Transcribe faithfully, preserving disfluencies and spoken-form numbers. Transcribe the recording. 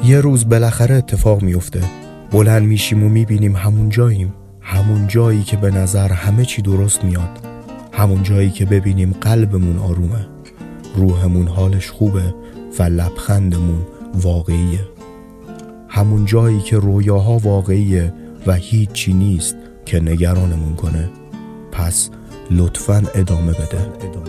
یه روز بالاخره اتفاق میفته. بلند میشیم و میبینیم همون جاییم، همون جایی که به نظر همه چی درست میاد، همون جایی که ببینیم قلبمون آرومه، روحمون حالش خوبه و لبخندمون واقعیه، همون جایی که رویاها واقعیه و هیچی نیست که نگرانمون کنه. پس لطفاً ادامه بده.